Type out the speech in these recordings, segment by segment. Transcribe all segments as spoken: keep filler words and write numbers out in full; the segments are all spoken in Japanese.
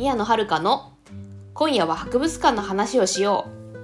宮野遥の今夜は博物館の話をしよう。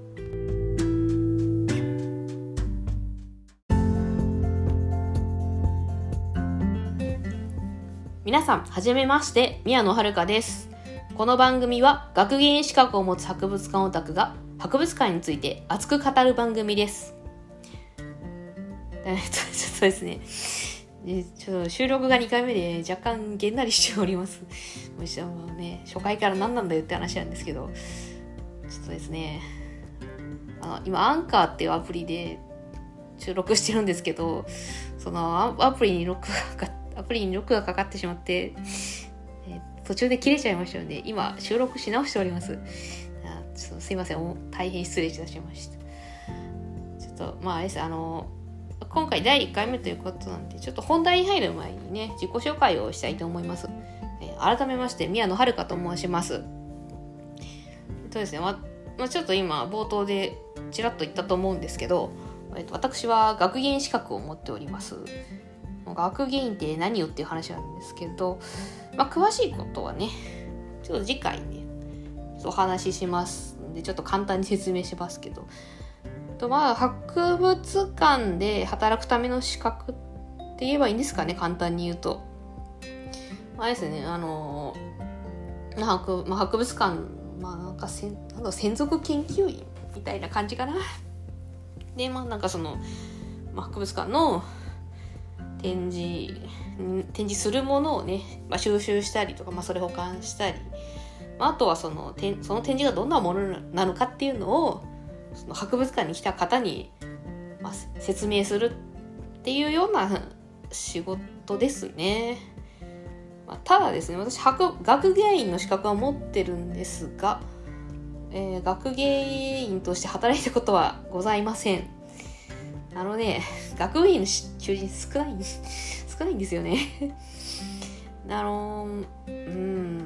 皆さんはじめまして、宮野遥です。この番組は学芸員資格を持つ博物館オタクが博物館について熱く語る番組です。えっとちょっとですねちょっと収録がにかいめで若干げんなりしております。もしもね、初回から何なんだよって話なんですけど、ちょっとですね、あの今アンカーっていうアプリで収録してるんですけど、そのアプリに録画がアプリに録画がかかってしまって、えー、途中で切れちゃいましたので、今収録し直しております。あちょっとすいません、大変失礼いたしました。ちょっとまあですあの今回だいいっかいめということなんで、ちょっと本題に入る前にね、自己紹介をしたいと思います。えー、改めまして宮野遥と申します。えっとですね、ままあ、ちょっと今冒頭でちらっと言ったと思うんですけど、えっと、私は学芸員資格を持っております。学芸員って何よっていう話なんですけど、まあ、詳しいことはね、ちょっと次回ね、お話ししますので、ちょっと簡単に説明しますけど、とまあ博物館で働くための資格って言えばいいんですかね、簡単に言うと。まあですね、あの博、まあ、博物館、まあなんかせんなんか専属研究員みたいな感じかな。で、まあなんかその、まあ、博物館の展示展示するものをね、まあ、収集したりとか、まあ、それ保管したり、まあ、あとはそのその展示がどんなものなのかっていうのをその博物館に来た方に、まあ、説明するっていうような仕事ですね。まあ、ただですね、私博学芸員の資格は持ってるんですが、えー、学芸員として働いたことはございません。あのね、学芸員の求人少ない少ないんですよね。あのうん、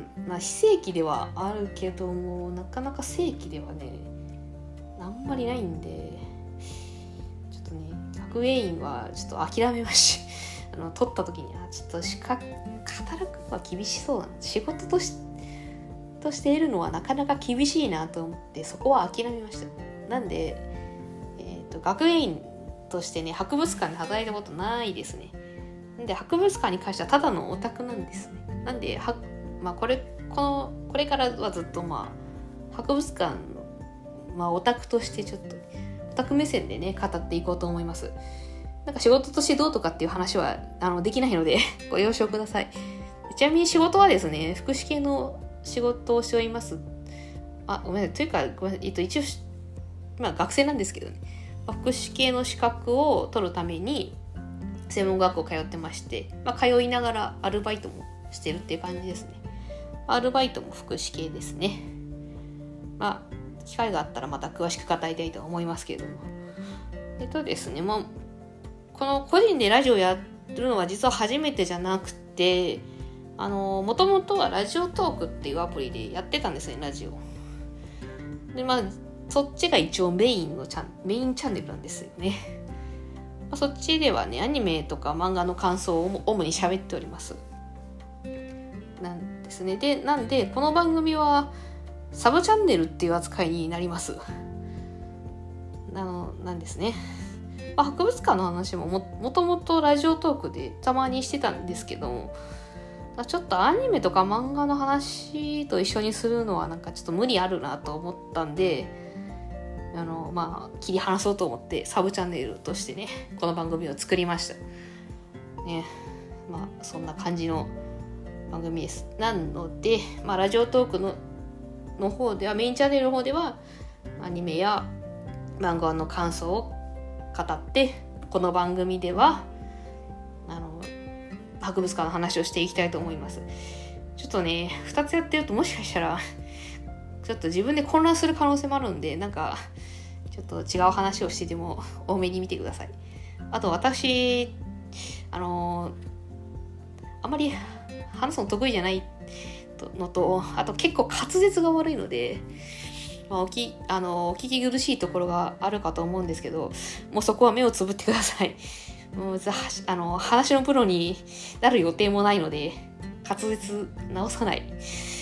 まあ非正規ではあるけども、なかなか正規ではね、あんまりないんで、ちょっとね、学芸員はちょっと諦めましあの取った時にはちょっと資格働くのは厳しそうな、仕事としとして得るのはなかなか厳しいなと思って、そこは諦めました。なんで、えーと、学芸員としてね、博物館で働いたことないですね。なんで博物館に関してはただのオタクなんですね。なんでは、まあ、これこのこれからはずっとまあ博物館の、まあ、オタクとしてちょっとオタク目線でね語っていこうと思います。なんか仕事としてどうとかっていう話はあのできないのでご了承ください。ちなみに仕事はですね、福祉系の仕事をしております。あ、ごめんなさい。というかごめんなさい、えっと一応まあ学生なんですけどね。福祉系の資格を取るために専門学校通ってまして、まあ、通いながらアルバイトもしてるっていう感じですね。アルバイトも福祉系ですね。まあ機会があったらまた詳しく語りたいと思いますけれども、えっとですね、まあ、この個人でラジオやるのは実は初めてじゃなくて、あのもともとはラジオトークっていうアプリでやってたんですね、ラジオで。まあそっちが一応メインのチャンメインチャンネルなんですよね。まあ、そっちではね、アニメとか漫画の感想を主に喋っております。なんですね。で、なんでこの番組はサブチャンネルっていう扱いになります。なのなんですね。まあ、博物館の話も も, もともとラジオトークでたまにしてたんですけども、ちょっとアニメとか漫画の話と一緒にするのはなんかちょっと無理あるなと思ったんで、あのまあ切り離そうと思ってサブチャンネルとしてね、この番組を作りましたね。まあそんな感じの番組です。なので、まあ、ラジオトークのの方では、メインチャンネルの方ではアニメや漫画の感想を語って、この番組ではあの博物館の話をしていきたいと思います。ちょっとね、ふたつやってるともしかしたらちょっと自分で混乱する可能性もあるんで、なんかちょっと違う話をしてても多めに見てください。あと私あのあまり話すの得意じゃないのと、あと結構滑舌が悪いので、まあ、おきあのお聞き苦しいところがあるかと思うんですけど、もうそこは目をつぶってください。もうあの話のプロになる予定もないので、滑舌直さない直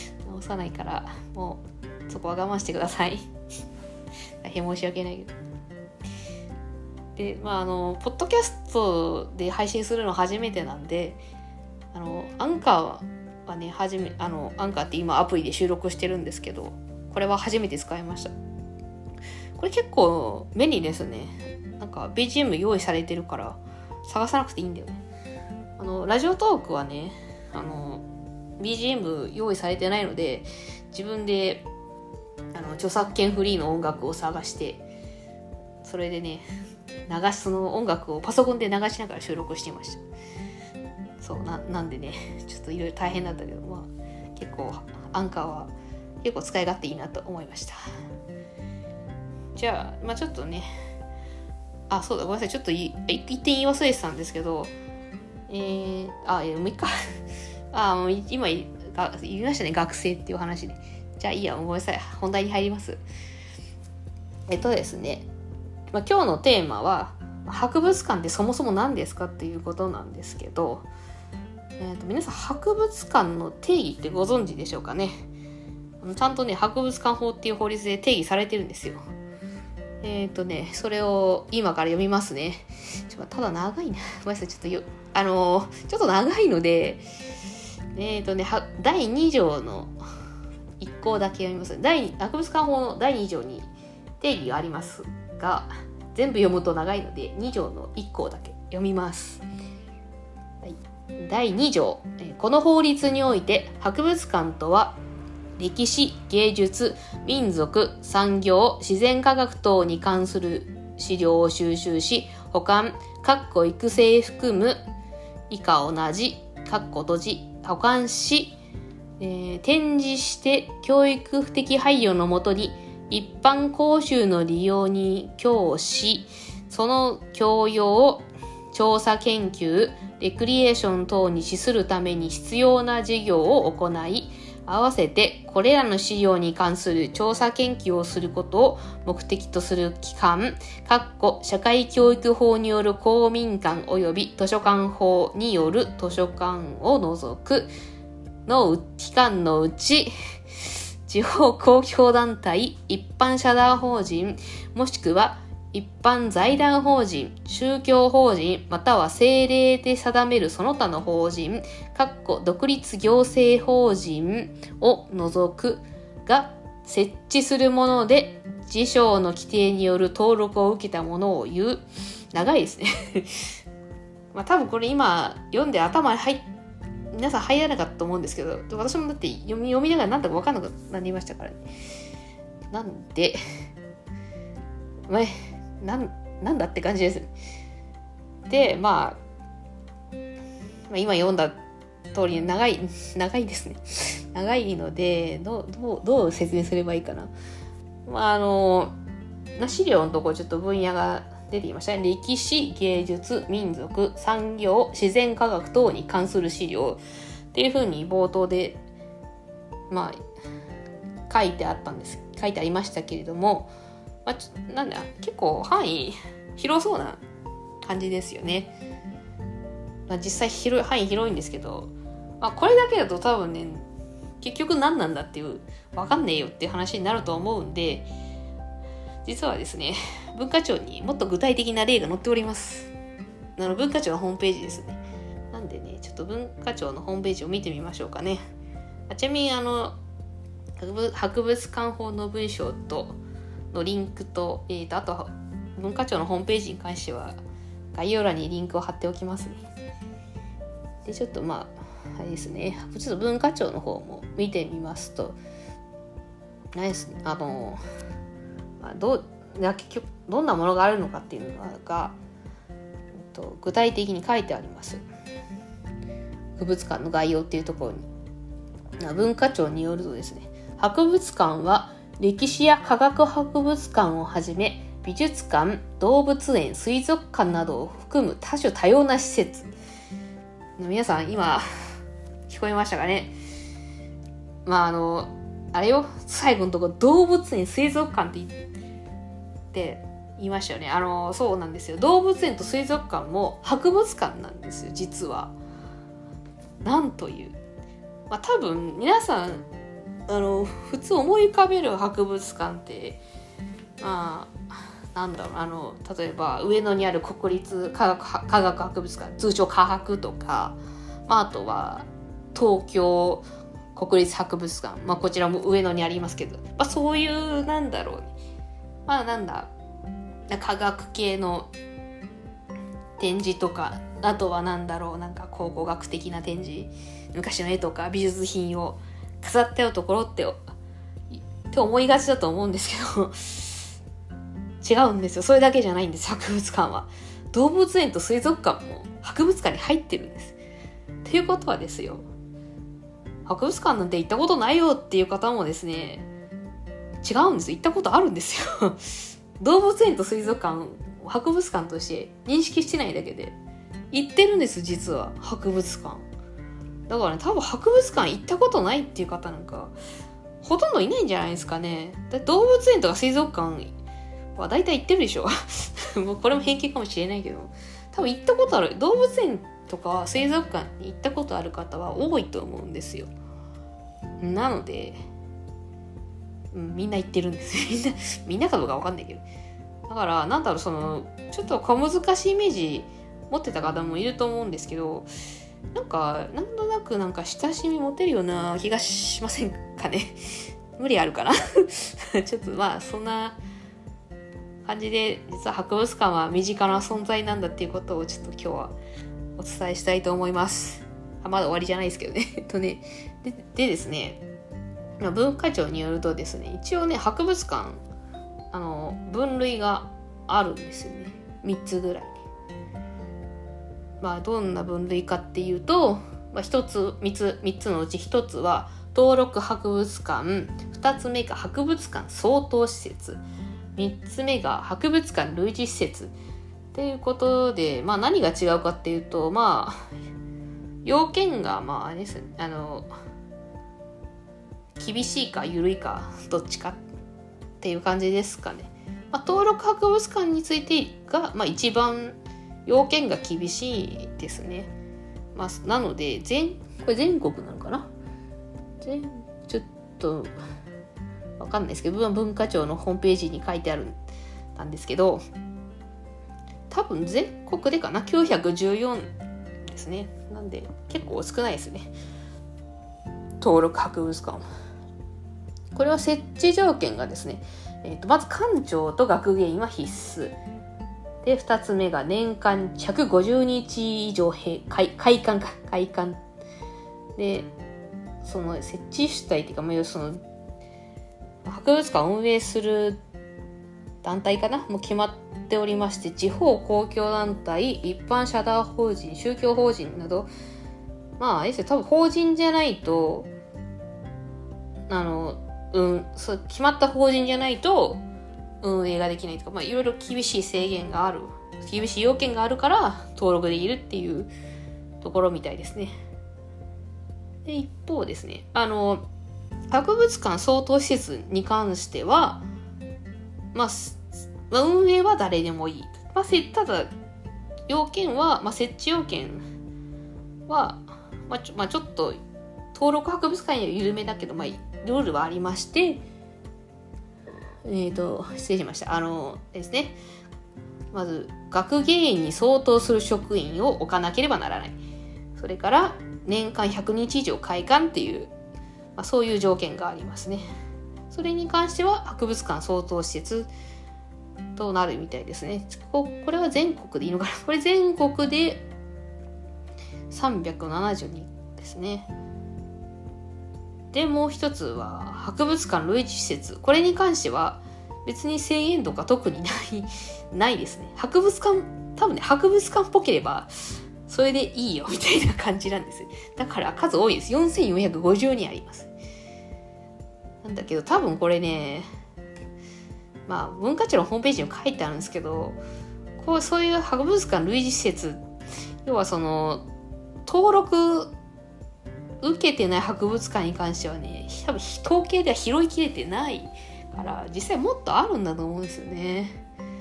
さないから、もうそこは我慢してください。大変申し訳ないけど。で、まああのポッドキャストで配信するの初めてなんで、あのアンカーはね、初めあのアンカーって今アプリで収録してるんですけど、これは初めて使いました。これ結構便利ですね。なんか ビージーエム 用意されてるから探さなくていいんだよね。あのラジオトークはね、あの ビージーエム 用意されてないので、自分であの著作権フリーの音楽を探して、それでね流しその音楽をパソコンで流しながら収録してました。そう な, なんでねちょっといろいろ大変だったけど、まあ結構アンカーは結構使い勝手いいなと思いました。じゃあ、まあちょっとね、あ、そうだ、ごめんなさい、ちょっとい一点言い忘れてたんですけど、えー、あ、えー、もういいか。あ、もう今言いましたね、学生っていう話で。じゃあいいや、ごめんなさい、本題に入ります。えっとですね、まあ、今日のテーマは、博物館ってそもそも何ですかっていうことなんですけど、えーと、皆さん博物館の定義ってご存知でしょうかね。ちゃんとね、博物館法っていう法律で定義されてるんですよ。えっとね、それを今から読みますね。ちょっとただ長いな。ごめんなさい、ちょっとよ、あのー、ちょっと長いので、えっとね、だいに条の一項だけ読みます。第博物館法のだいに条に定義がありますが、全部読むと長いのでに条のいっ項だけ読みます。はい、だいに条、この法律において博物館とは歴史、芸術、民族、産業、自然科学等に関する資料を収集し、保管、育成含む以下同じ、閉じ、保管し、えー、展示して教育的配慮のもとに一般公衆の利用に供し、その教養を調査研究、レクリエーション等に資するために必要な事業を行い、合わせてこれらの資料に関する調査研究をすることを目的とする機関、社会教育法による公民館及び図書館法による図書館を除くの機関のうち、地方公共団体、一般社団法人、もしくは一般財団法人、宗教法人、または政令で定めるその他の法人、独立行政法人を除くが設置するもので、辞書の規定による登録を受けたものを言う。長いですね。まあ多分これ今読んで頭に入っ皆さん入らなかったと思うんですけど、私もだって読み読みながら何だか分かんなくなりましたからね。なんで、まあ、なんなんだって感じです。で、まあ、まあ、今読んだ通り長い長いですね。長いのでどうどうどう説明すればいいかな。まああの資料のところちょっと分野が出てきましたね。歴史、芸術、民族、産業、自然科学等に関する資料っていうふうに冒頭でまあ書いてあったんです書いてありましたけれども、まあ、ちょなんだ結構範囲広そうな感じですよね。まあ、実際広い範囲広いんですけど、まあ、これだけだと多分ね結局何なんだっていう分かんねえよっていう話になると思うんで、実はですね文化庁にもっと具体的な例が載っております。あの文化庁のホームページですね。なんでねちょっと文化庁のホームページを見てみましょうかね。ちなみにあの博物館法の文章とのリンクと、えーとあとは文化庁のホームページに関しては概要欄にリンクを貼っておきますね。でちょっとまああれですね、ちょっと文化庁の方も見てみますと、ないですね。あのまあ、どう結局どんなものがあるのかっていうのが、えっと、具体的に書いてあります。博物館の概要っていうところに文化庁によるとですね、博物館は歴史や科学博物館をはじめ美術館、動物園、水族館などを含む多種多様な施設。皆さん今聞こえましたかね。まああのあれよ、最後のところ動物園、水族館って言って言いましたよね。あのそうなんですよ。動物園と水族館も博物館なんですよ、実は。なんという。まあ多分皆さんあの普通思い浮かべる博物館ってまあなんだろうあの例えば上野にある国立科学科学博物館通称科博とか、まあ、あとは東京国立博物館、まあ、こちらも上野にありますけど、まあ、そういうなんだろうねまあなんだ科学系の展示とかあとはなんだろうなんか考古学的な展示昔の絵とか美術品を飾ってあるところってって思いがちだと思うんですけど違うんですよ。それだけじゃないんです。博物館は動物園と水族館も博物館に入ってるんです。っていうことはですよ博物館なんて行ったことないよっていう方もですね違うんですよ。行ったことあるんですよ動物園と水族館博物館として認識してないだけで行ってるんです実は博物館だからね多分博物館行ったことないっていう方なんかほとんどいないんじゃないですかね。だ動物園とか水族館は大体行ってるでしょもうこれも偏見かもしれないけど多分行ったことある動物園とか水族館に行ったことある方は多いと思うんですよ。なので、うん、みんな行ってるんですみんなみんなかどうか分かんないけどだからなんだろうそのちょっと小難しいイメージ持ってた方もいると思うんですけどなんかなんとなくなんか親しみ持てるような気がしませんかね無理あるかなちょっとまあそんな感じで実は博物館は身近な存在なんだっていうことをちょっと今日はお伝えしたいと思います。あまだ終わりじゃないですけどねえっとね で, でですね文化庁によるとですね一応ね博物館あの分類があるんですよねみっつぐらい。まあどんな分類かっていうと、まあ、ひとつみっつみっつのうちひとつは登録博物館、ふたつめが博物館相当施設、みっつめが博物館類似施設っていうことで、まあ何が違うかっていうとまあ要件がまああれですねあの厳しいか緩いかどっちかっていう感じですかね。まあ、登録博物館についてが、まあ、一番要件が厳しいですね。まあ、なので全これ全国なのかな全ちょっとわかんないですけど文化庁のホームページに書いてあるんですけど多分全国でかなきゅうひゃくじゅうよんですね。なんで結構少ないですね登録博物館。これは設置条件がですね、えー、とまず館長と学芸員は必須でふたつめが年間ひゃくごじゅうにち以上開開館か開館でその設置主体っていうか、まあ、その博物館を運営する団体かなもう決まっておりまして地方公共団体一般社団法人宗教法人などまああれですよ多分法人じゃないとあのうんそう決まった法人じゃないと運営ができないとかまあいろいろ厳しい制限がある厳しい要件があるから登録できるっていうところみたいですね。で一方ですねあの博物館相当施設に関してはまあ運営は誰でもいい、まあ、ただ要件は、まあ、設置要件は、まあちょまあ、ちょっと登録博物館より緩めだけど、まあ、ルールはありましてえっと失礼しましたあのですねまず学芸員に相当する職員を置かなければならないそれから年間ひゃくにち以上開館っていう、まあ、そういう条件がありますね。それに関しては博物館相当施設となるみたいですね。ここれは全国でいいのかなこれ全国でさんびゃくななじゅうにですね。でもう一つは博物館類似施設これに関しては別に制限とか特にないないですね。博物館多分ね博物館っぽければそれでいいよみたいな感じなんです。だから数多いです。よんせんよんひゃくごじゅうにあります。なんだけど多分これねまあ文化庁のホームページに書いてあるんですけどこうそういう博物館類似施設要はその登録受けてない博物館に関してはね多分統計では拾いきれてないから実際もっとあるんだと思うんですよね。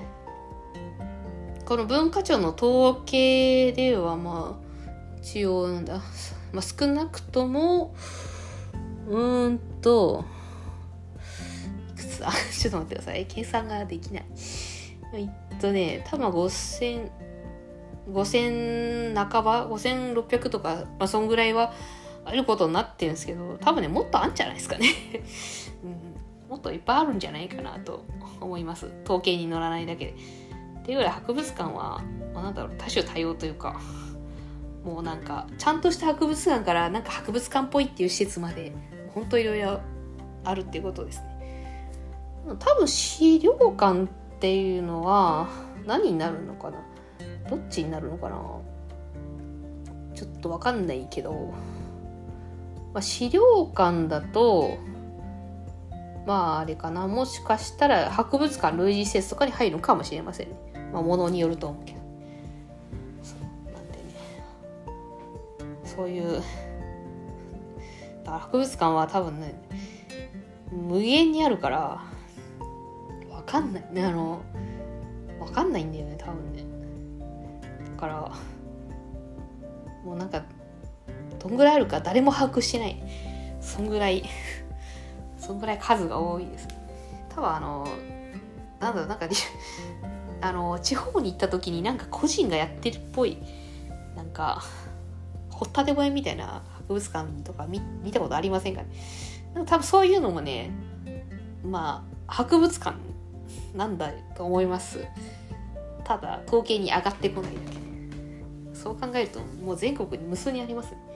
この文化庁の統計ではまあ一応なんだ、まあ、少なくともうーんといくつだちょっと待ってください、計算ができない。えっとね多分ごせんごせん半ばごせんろっぴゃくとか、まあ、そんぐらいはあることになってるんですけど、多分ねもっとあるんじゃないですかね、うん、もっといっぱいあるんじゃないかなと思います、統計に乗らないだけで。っていうぐらい博物館は、まあ、なんだろう多種多様というか、もうなんかちゃんとした博物館からなんか博物館っぽいっていう施設まで本当いろいろあるっていうことですね。多分資料館っていうのは何になるのかな、どっちになるのかな、ちょっとわかんないけど、まあ、資料館だとまああれかな、もしかしたら博物館類似施設とかに入るのかもしれませんね。まあものによると思うけど、そうなんでね、そういうだから博物館は多分ね無限にあるからわかんないね、あのわかんないんだよね多分ね。だからもうなんかどんぐらいあるか誰も把握してない、そんぐらいそんぐらい数が多いです。多分あのなんだろう、なんかあの地方に行った時になんか個人がやってるっぽい、なんか掘ったて小屋みたいな博物館とか 見, 見たことありませんかね。多分そういうのもね、まあ博物館なんだと思います。ただ統計に上がってこないだけ。そう考えるともう全国に無数にありますね。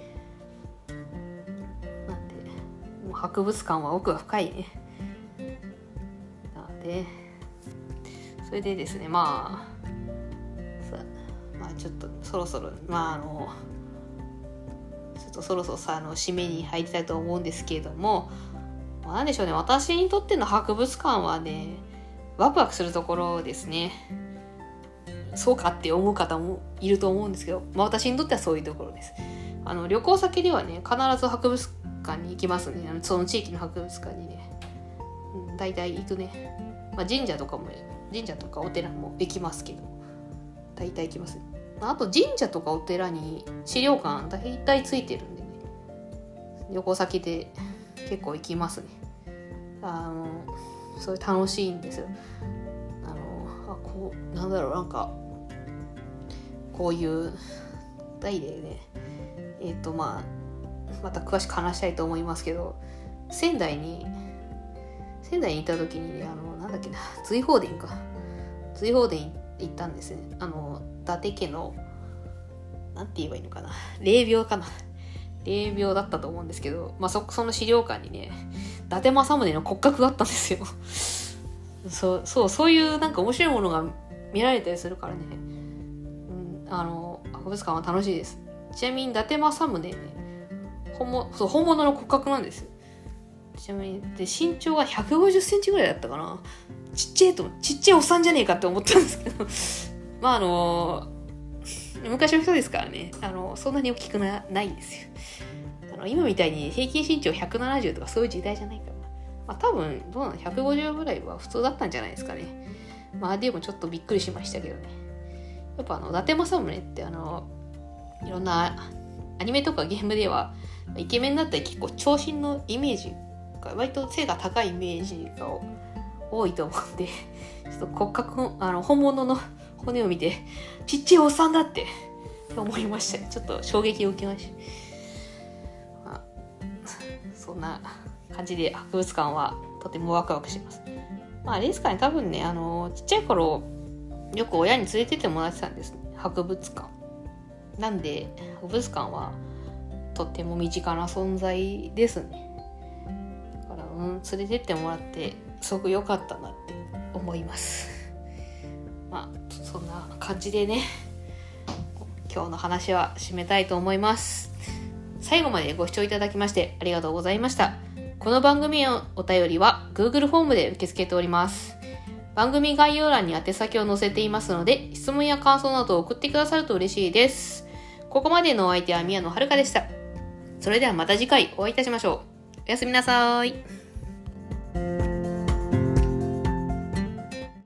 なんでもう博物館は奥が深いね。なのでそれでですね、まあさまあちょっとそろそろまああのちょっとそろそろさあの締めに入りたいと思うんですけれども、まあ、なんでしょうね、私にとっての博物館はねワクワクするところですね。そうかって思う方もいると思うんですけど、まあ、私にとってはそういうところです。あの旅行先ではね必ず博物館に行きますね。あのその地域の博物館にね、うん、大体行くね。まあ、神社とかも神社とかお寺も行きますけど大体行きますね。あと神社とかお寺に資料館大体ついてるんでね、旅行先で結構行きますね。あのそれ楽しいんですよ。あのあこうなんだろう、なんかこういう題でね、えっとまあまた詳しく話したいと思いますけど、仙台に仙台に行った時に、ね、あのなんだっけな瑞鳳殿か瑞鳳殿行ったんですね。あの伊達家のなんて言えばいいのかな、霊廟かな霊廟だったと思うんですけど、まあ、そ, その資料館にね伊達政宗の骨格があったんですよそうそうそういうなんか面白いものが見られたりするからね、うん、あの博物館は楽しいです。ちなみに伊達政宗ね本物、そう本物の骨格なんですよ。ちなみにで身長がひゃくごじゅっセンチぐらいだったかな。ちっちゃいとちっちゃいおっさんじゃねえかって思ったんですけどまああの昔の人ですからね、あのそんなに大きく な, ないんですよ。あの今みたいに平均身長ひゃくななじゅうとかそういう時代じゃないから、まあ、多分どうなのひゃくごじゅうぐらいは普通だったんじゃないですかね。まあでもちょっとびっくりしましたけどね。やっぱあの伊達政宗ってあのいろんなアニメとかゲームではイケメンだったり結構長身のイメージが割と背が高いイメージが多いと思うんで、ちょっと骨格あの本物の骨を見てちっちゃいおっさんだって思いました。ちょっと衝撃を受けました、まあ、そんな感じで博物館はとてもワクワクします。まああれですかね、多分ねあのちっちゃい頃よく親に連れてってもらってたんですね、博物館なんで。博物館はとっても身近な存在ですね。だから、うん、連れてってもらってすごく良かったなって思います。まあそんな感じでね今日の話は締めたいと思います。最後までご視聴いただきましてありがとうございました。この番組のお便りは Google フォームで受け付けております。番組概要欄に宛先を載せていますので、質問や感想などを送ってくださると嬉しいです。ここまでのお相手は宮野遥でした。それではまた次回お会いいたしましょう。おやすみなさい。